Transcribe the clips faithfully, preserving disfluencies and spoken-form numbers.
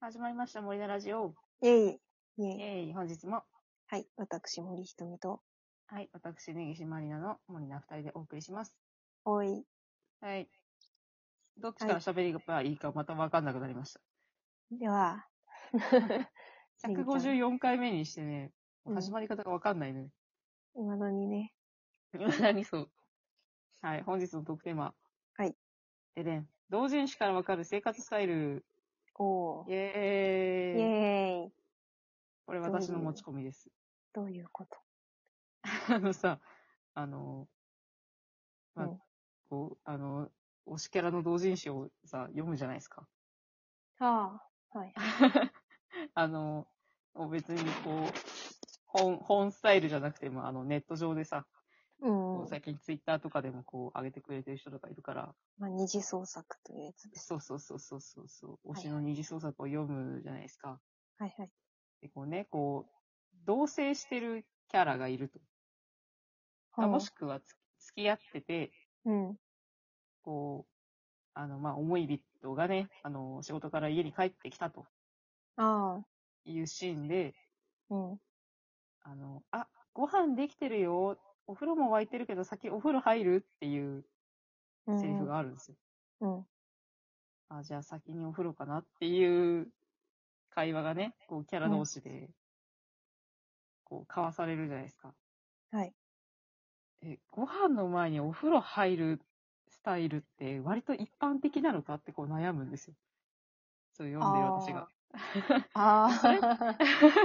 始まりました、森のラジオ。 イェイ。イェイ。 えい、本日も。 はい。私、森ひとみと。 はい、私、根岸まりなの森菜二人でお送りします。 おい。 はい。どっちから喋りがいいかまた分かんなくなりました。 では、 ひゃくごじゅうよんかいめにしてね、始まり方が分かんないね。 いまだにね。 何そう。はい、本日のトークテーマ。 はい。 でね、同人誌から分かる生活スタイル。 おー。 イエーイ。 イェーイ。 これ私の持ち込みです。 どういうことあのさ、あの、まあ、 うん、 こう、あの、推しキャラの同人誌をさ、読むじゃないですか。 ああ、はい。 あの、別にこう、本、本スタイルじゃなくても、あの、ネット上でさ、 うん、 こう最近ツイッターとかでもこう、上げてくれてる人とかいるから、 まあ、二次創作というやつです。 そうそうそうそうそうそう、推しはいはい。 の二次創作を読むじゃないですか。 はいはい。 で、こうね、こう、同棲してるキャラがいると。あもしくはつ付き合ってて、 うん。 こう、あの、まあ、思い人がね、あの、仕事から家に帰ってきたとああ、 いうシーンで、 うん。 あの、あ、ご飯できてるよ。お風呂も沸いてるけど先お風呂入るっていうセリフうん、 があるんですよ。 うん。 あ、じゃあ先にお風呂かなっていう会話がね、こうキャラ同士で、こう交わされるじゃないですか。 はい。 え、ご飯の前にお風呂入るスタイルって割と一般的なのかってこう悩むんですよ。そう読んでる私が。 あそれあ。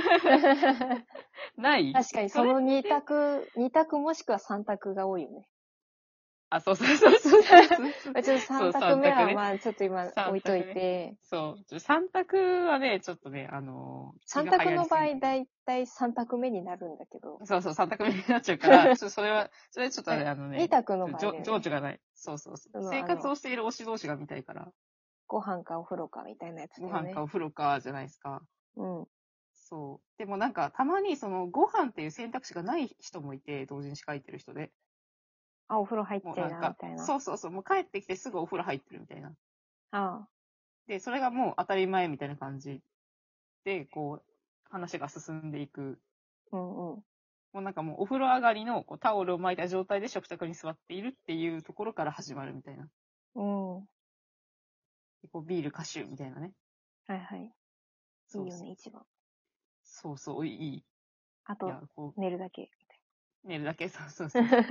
ない確かにそれその二択、二択もしくは三択が多いよね。 あ、そうそうそうそうそうそうそう。 ちょっと三択目はまあちょっと今置いといて。 そう。三択はね、ちょっとね、あのー、気三が流択の場合、 行りすぎて。 だいたい三択目になるんだけど。 そうそう、三択目になっちゃうから、ちょっとそれは、それちょっとね、あの二ね、 択の場合情だよね。 緒がない。そうそうそう。 その、 生あの、 活をしている推し同士が見たいから、 ご飯かお風呂かみたいなやつごだよね。 飯かお風呂かじゃないですか。 うん。 そう。でもなんか、たまにその、ご飯っていう選択肢がない人もいて、同人誌書いてる人で。 あ、お風呂入ってえな、みもうなんか、 たいな。 そうそうそう、もう帰ってきてすぐお風呂入ってるみたいな。 ああ。 で、それがもう当たり前みたいな感じで、こう、話が進んでいく。 うんうん。 もうなんかもうお風呂上がりのこうタオルを巻いた状態で食卓に座っているっていうところから始まるみたいな。 うん。 でこうビール歌手みたいなね。 はいはい。 そうそういいよね、一番。 そうそう、いい。 あと、 いや、こ寝るだけ。 う、寝るだけ、そうそうそうそう。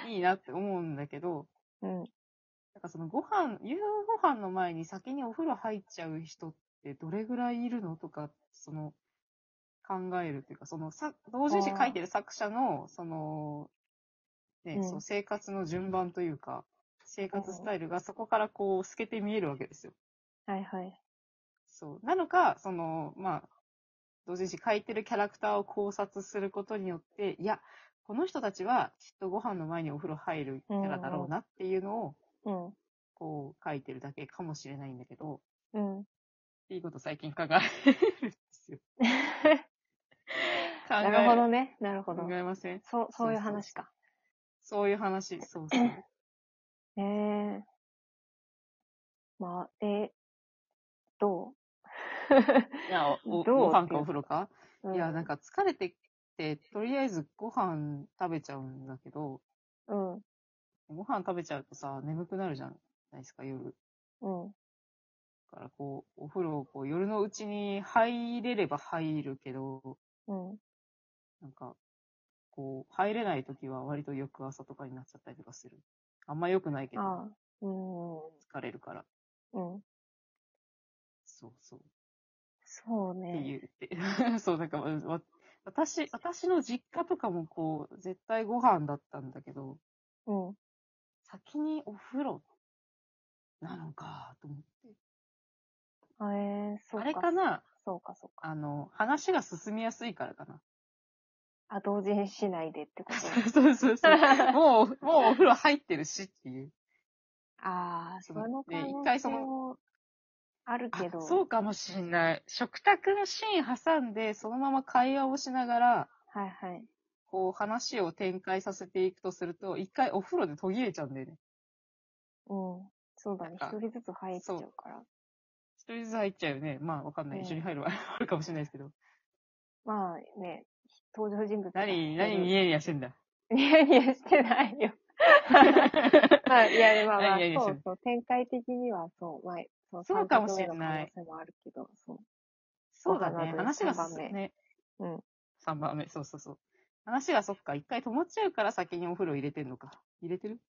いいなって思うんだけど、 うん。 なんかそのご飯、夕ご飯の前に先にお風呂入っちゃう人ってどれぐらいいるのとか、その、考えるっていうか、そのさ、同人誌書いてる作者の、その、ね、 うん、 そう生活の順番というか、生活スうん。 タイルがそこからこう透けて見えるわけですよ。 はいはい。 そう。なのか、その、まあ、同人誌書いてるキャラクターを考察することによって、いや、この人たちはきっとご飯の前にお風呂入るキャラだろうなっていうのを、 うん。 こう書いてるだけかもしれないんだけど、 うん。 っていうことを最近考えるんですよ。考なるほどえ、 ね。なるほ考ど。 えませんそう、そういうそうそう。 話か。 そういう話、そうそう。 ええまあ、え、どいや、 うお、ご飯かおどうっていう。 風呂か、 うん。 いや、なんか疲れてきて、とりあえずご飯食べちゃうんだけど、 うん。 ご飯食べちゃうとさ、眠くなるじゃないですか、夜。 うん。 だからこう、お風呂、こう夜のうちに入れれば入るけど、 うん。 なんか、こう、入れないときは割と翌朝とかになっちゃったりとかする。あんま良くないけど、 ああ。うん。 疲れるから。 うん。 そうそう。 そうってね。 いうって。そう、なんか、わ私、私の実家とかもこう、絶対ご飯だったんだけど、 うん。 先にお風呂なのかと思って。 あえー、そうあれか。 かなそうか、そうか。 あの、話が進みやすいからかな。 あ、同人しないでってことそうそうそう。もう、もうお風呂入ってるしっていう。 ああ、 その、 その可ね、一能回その、 性もあるあ、 けど、 そうかもしんない。食卓のシーン挟んで、そのまま会話をしながら、 はいはい。 こう話を展開させていくとすると、一回お風呂で途切れちゃうんだよね。 うん。そうだね。一なんか、 人ずつ入っそう。 ちゃうから。 一人ずつ入っちゃうよね。まあ、わかんない。 うん一緒に入るはあるかもしれないですけど。 まあね、登場人物が何、 減る。 何ニヤニヤしてんだ。 ニヤニヤしてないよ。まあ、いや、まあま何ニあ、 ヤニヤしてんだ。 そうそう、展開的にはそう、まあ、その3 そうかも作目の可しれない。 能性もあるけど、そう、ごそうだね。 飯の後で話がさんばんめ。 ね、 うん。 さんばんめ。そうそうそう。話がそっか、一回止まっちゃうから先にお風呂入れてんのか。入れてる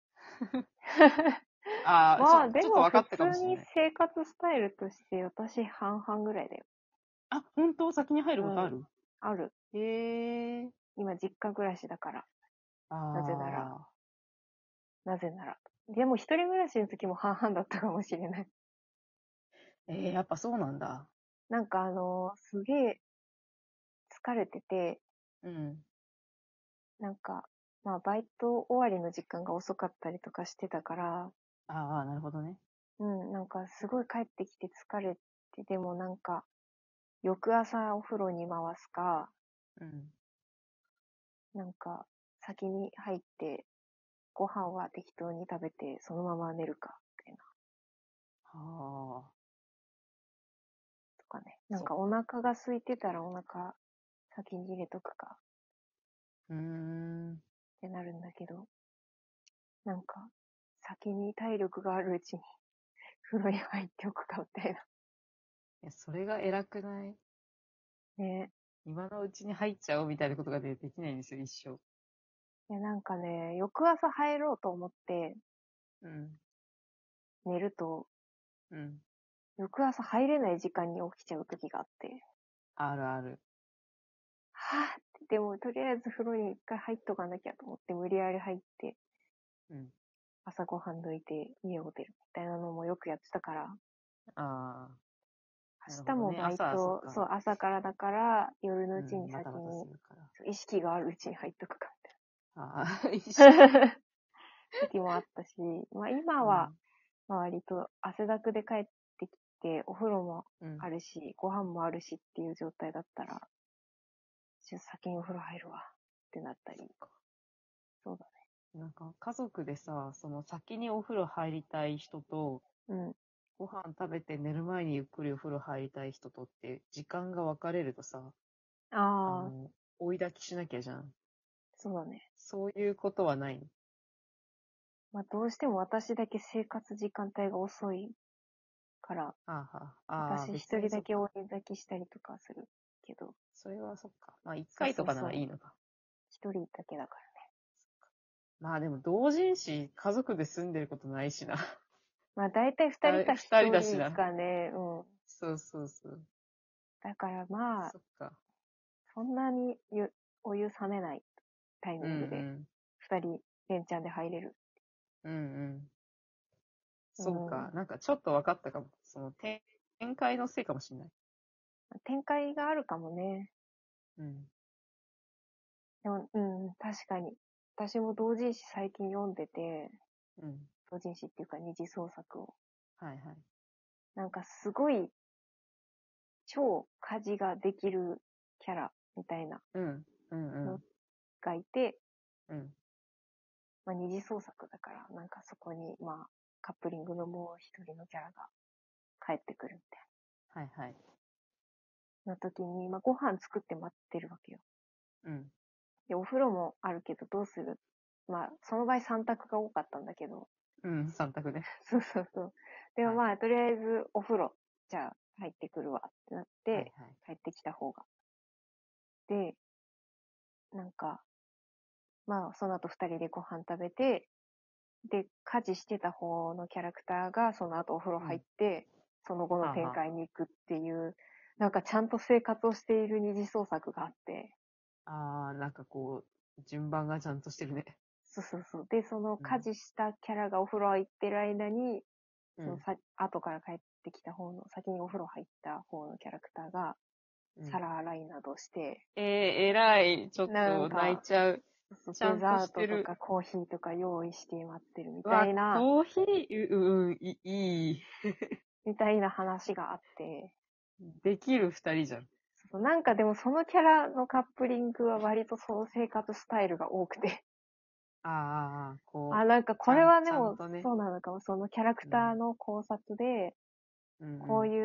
ああ、ちょ、 まあ、でちょっとも普分かったかも通にしれない。 生活スタイルとして私半々ぐらいだよ。 あ、本当先に入ることあうん。 るある。 へえ。 今実家暮らしだから。なぜなら、 ああ。 なぜなら。でも一人暮らしの時も半々だったかもしれない。 えー、やっぱそうなんだ。 なんかあのーすげえ疲れてて、 うん。 なんか、まあバイト終わりの時間が遅かったりとかしてたから、 ああ、なるほどね。 うん、なんかすごい帰ってきて疲れて、でもなんか、翌朝お風呂に回すか、 うん。 なんか先に入ってご飯は適当に食べてそのまま寝るか、みたいな。 はあ。 とかね。なんそっかおか。 腹が空いてたらお腹先に入れとくかうーん。 ってなるんだけど、なんか先に体力があるうちに風呂に入っておくかみたいな。 いや、それが偉くないね。 今のうちに入っちゃおうみたいなことがでできないんですよ、一生。 いやなんかね、翌朝入ろうと思ってうん。 寝ると、 うん。 翌朝入れない時間に起きちゃう時があって、 あるある。 はぁって、でもとりあえず風呂に一回入っとかなきゃと思って無理やり入って、 うん。 朝ごはん抜いて家を出るみたいなのもよくやってたから、 ああ。なるほどね。 明日もバイ朝、そっト、 か。 そう、朝からだから、夜のうちにうん。バタバタす先に、 るから。 意識があるうちに入っとくか、 ああ、意み識。 たいな時もあったし、まあ今は、 うん。 まあ割と汗だくで帰ってきて、お風呂もうん。 あるし、ご飯もあるしっていう状態だったら、ちょっと先にお風呂入るわってなったり、そうだなんか、家族でさ、その先にお風呂入りたい人と、 ね。うん。 ご飯食べて寝る前にゆっくりお風呂入りたい人とって、時間が分かれるとさ、あああ、 の、追い焚きしなきゃじゃん。 そうだね。 そういうことはないのまあどうしても私だけ生活時間帯が遅いから、 ああ、はあ、ああ、 私一別にそっか。 人だけ追い焚きしたりとかするけど、 それはそっか。まあ、一そう回とかなそうそう。 らいいのか。 一人だけだからね。 まあでも、同人誌、家族で住んでることないしな。 まあ大体二人二人、 か二人一人だしな。 かね、うん。 そうそうそう。 だからまあ、 そっか。 そんなにゆお湯冷めないタイうんうミングで、 ん。 二人連チャンで入れる。 うんうん。 うそうか。 ん。 なんかちょっと分かったかも。その、展開のせいかもしれない。 展開があるかもね。 うん。 でも、うん、確かに。私も同人誌最近読んでて、 うん。 同人誌っていうか二次創作を。 はいはい。 なんかすごい超家事ができるキャラみたいなうん。うんうのん。 がいて、 うん。 まあ二次創作だから、なんかそこに、まあ、カップリングのもう一人のキャラが帰ってくるみたいはいはい。 な。の時に、まあご飯作って待ってるわけよ。 うん。 で、お風呂もあるけどどうするまあ、その場合さん択が多かったんだけど、 うん、三択ね。 そうそうそう。でもはい。 まあ、とりあえずお風呂、じゃあ入ってくるわってなって、 はいはい。 帰ってきた方が。で、なんか、まあ、その後二人でご飯食べて、で、家事してた方のキャラクターがその後お風呂入っうん。 て、その後の展はあは開に行くっていう、なんかちゃんと生活をしている二次創作があって、 あ。あー、なんかこう、順番がちゃんとしてるね。 そうそうそう。で、そのうん。 家事したキャラがお風呂入ってる間に、 うん。 そのさ、後から帰ってきた方の、先にお風呂入った方のキャラクターが、 うん。 皿洗いなどして、 えー、偉い。ちょっと泣いなんか、 ちゃう。 そうデちゃんとザートとしてる。 かコーヒーとか用意して待ってるみうわ、 たいな、 コーヒー、う、うん、いいい。 みたいな話があって、 できる二人じゃん。 そうなんかでもそのキャラのカップリングは割とその生活スタイルが多くて、 ああ、ああこあ、 う、 なんかこれちゃん、ちはでもゃんとね。 そうなのかも、そのキャラクターうん。 の考察で、 うんうん。 こういう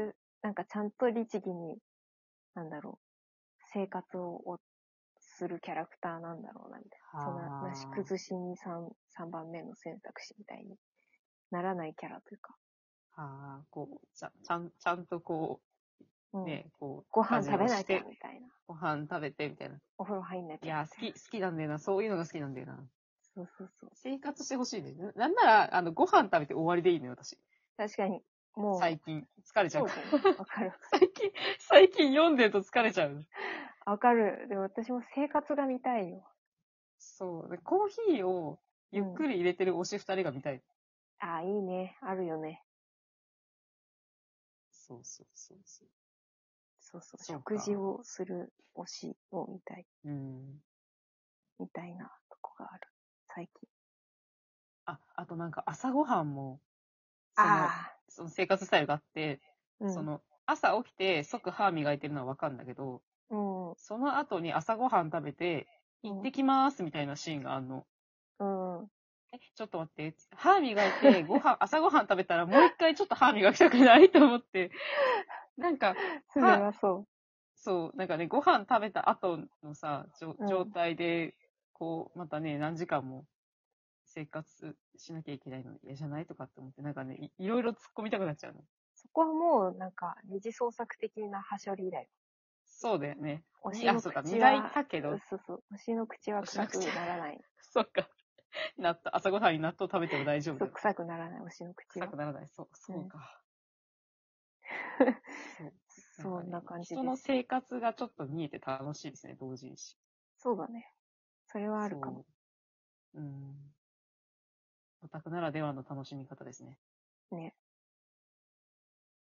なんかちゃんと律儀に、なんだろう、生活をするキャラクターなんだろうな、みたいな。そんな、なし崩しに三、三番目の選択肢みたいにならないキャラというか。 はあ、こう、ちゃ、ちゃん、ちゃんとこう、 うん、 ね、こう、 ご飯食べなきゃ家事をしてみたいな。 ご飯食べて、みたいな。 お風呂入んなきゃみたいな。 いや、好き、好きなんだよな。そういうのが好きなんだよな。 そうそうそう。 生活してほしいね。ななんなら、あの、ご飯食べて終わりでいいのよ、私。 確かに。もう。 最近。疲れちゃう。 そうだね。わかる。 最近、最近読んでると疲れちゃう。 わかる。でも私も生活が見たいよ。 そう。でコーヒーをゆっくり入れてる推し二人が見たい。 うん、ああ、いいね。あるよね。 そうそうそうそう。 そうそう。食事をする推しを見たい。 うん。 みたいなとこがある。最近。 あ、あとなんか朝ごはんも、その、その生活スタイルがあって、うん、その、朝起きて即歯磨いてるのはわかるんだけど、うん、その後に朝ごはん食べて、行ってきますみたいなシーンがあるの。うん。え、ちょっと待って。歯磨いて、ご飯、朝ごはん食べたらもう一回ちょっと歯磨きたくないと思って。なんか、 それはそう。 そう、なんかね、ご飯食べた後のさ、状態で、こう、またね、何時間も生活しなきゃいけないの嫌じゃないとかって思って、なんかねい、いろいろ突っ込みたくなっちゃうの。 そこはもう、なんか、二次創作的なはしょりだよ。 そうだよね。 推しの口は、 磨いたけど。 そうそう。推しの口は臭くならない。 そっか。納豆、朝ごはんに納豆食べても大丈夫だ。 そう、臭くならない、推しの口は。 臭くならない。そう、そうか。 そう。そんな感じです。 人の生活がちょっと見えて楽しいですね、同人誌。 そうだね。それはあるかも。 うん。オタクならではの楽しみ方ですね。 ね。